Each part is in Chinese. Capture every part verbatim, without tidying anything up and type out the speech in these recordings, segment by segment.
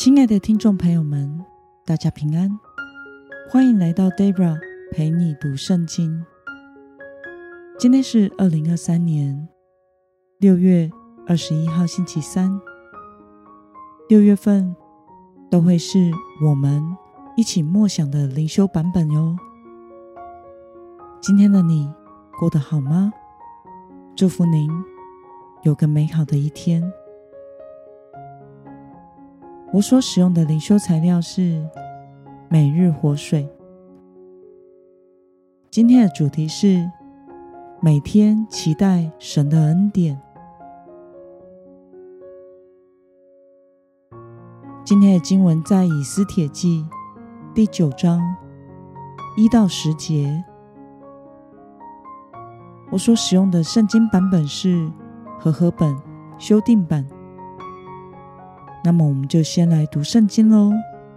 亲爱的听众朋友们，大家平安，欢迎来到 Debra 陪你读圣经。今天是二零二三年六月二十一号星期三。六月份都会是我们一起默想的灵修版本哟。今天的你过得好吗？祝福您有个美好的一天。我所使用的灵修材料是每日活水。今天的主题是每天期待神的恩典。今天的经文在以斯帖记第九章一到十节。我所使用的圣经版本是和合本修订版。那么我们就先来读圣经咯。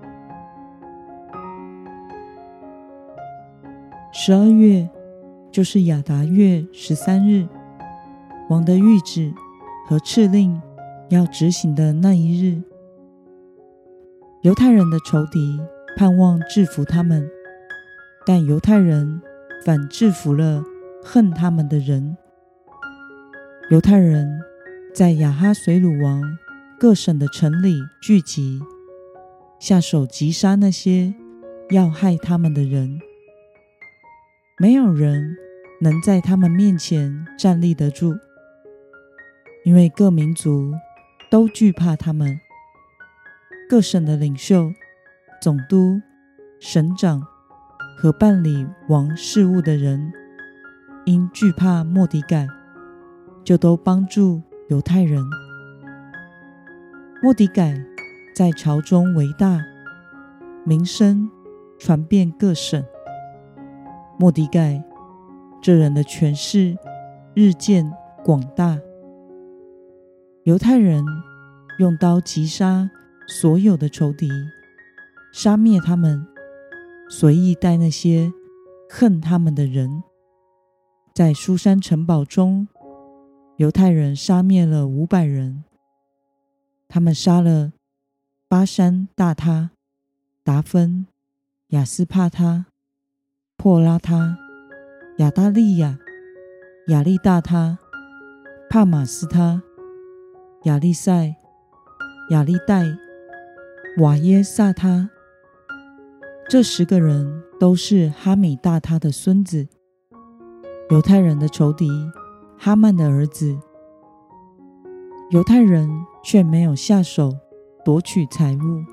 十二月就是亚达月十三日，王的谕旨和敕令要执行的那一日，犹太人的仇敌盼望制服他们，但犹太人反制服了恨他们的人。犹太人在亚哈随鲁王各省的城里聚集，下手击杀那些要害他们的人，没有人能在他们面前站立得住，因为各民族都惧怕他们。各省的领袖、总督、省长和办理王事务的人，因惧怕末底改，就都帮助犹太人。末底改在朝中为大，名声传遍各省。末底改这人的权势日渐广大。犹太人用刀击杀所有的仇敌，杀灭他们，随意待那些恨他们的人。在书珊城堡中，犹太人杀灭了五百人。他们杀了巴珊大他、达芬、亚斯帕他、珀拉他、亚大利亚、亚利大他、帕马斯他、亚利塞、亚利代、瓦耶萨他。这十个人都是哈米大他的孙子，犹太人的仇敌哈曼的儿子。犹太人却没有下手夺取财物。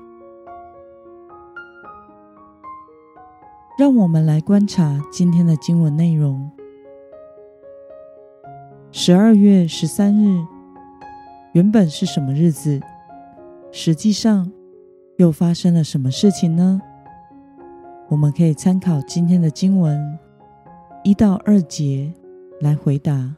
让我们来观察今天的经文内容。十二月十三日原本是什么日子？实际上又发生了什么事情呢？我们可以参考今天的经文一到二节来回答。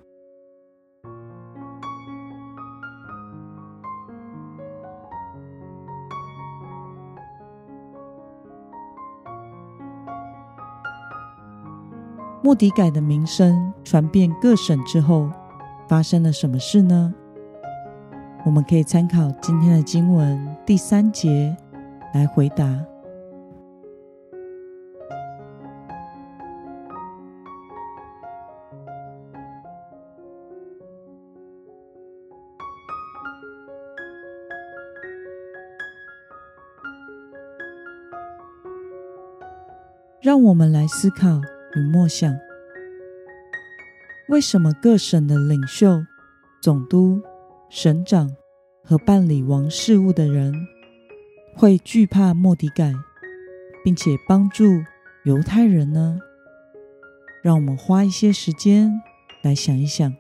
末底改的名声传遍各省之后，发生了什么事呢？我们可以参考今天的经文第三节来回答。让我们来思考与默想，为什么各省的领袖、总督、省长和办理王事务的人会惧怕末底改，并且帮助犹太人呢？让我们花一些时间来想一想。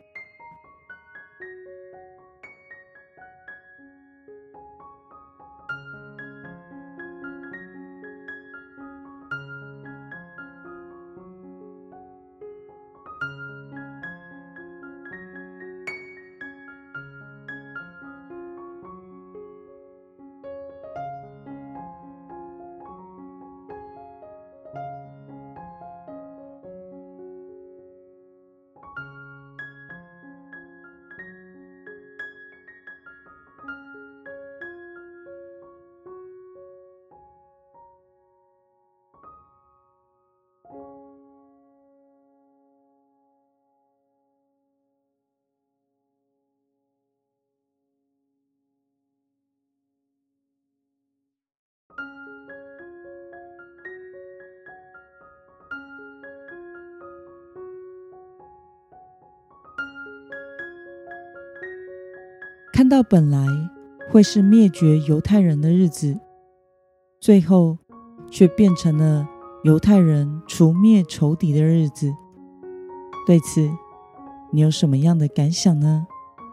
看到本来会是灭绝犹太人的日子，最后却变成了犹太人除灭仇敌的日子。对此，你有什么样的感想呢？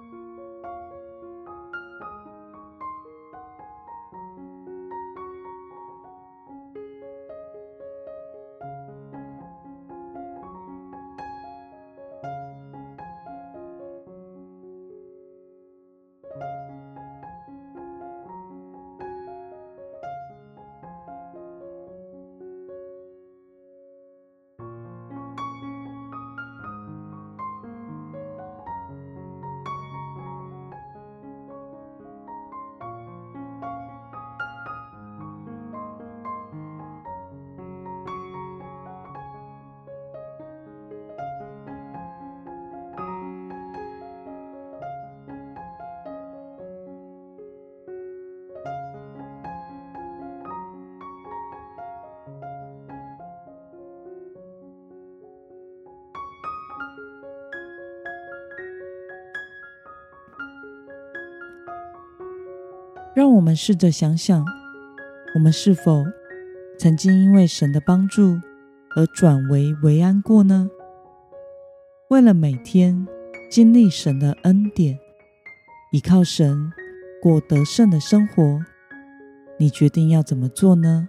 让我们试着想想，我们是否曾经因为神的帮助而转危为安过呢？为了每天经历神的恩典，依靠神过得胜的生活，你决定要怎么做呢？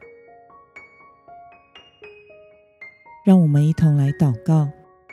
让我们一同来祷告。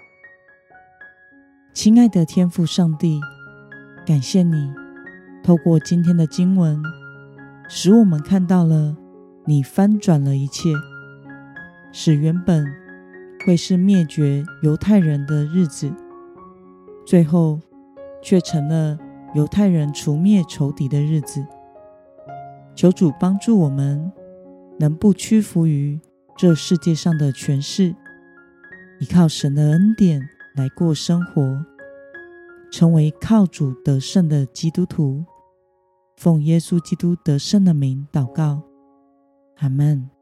亲爱的天父上帝，感谢你透过今天的经文，使我们看到了你翻转了一切，使原本会是灭绝犹太人的日子，最后却成了犹太人除灭仇敌的日子。求主帮助我们能不屈服于这世界上的权势，依靠神的恩典来过生活，成为靠主得胜的基督徒。奉耶稣基督得胜的名祷告，阿们。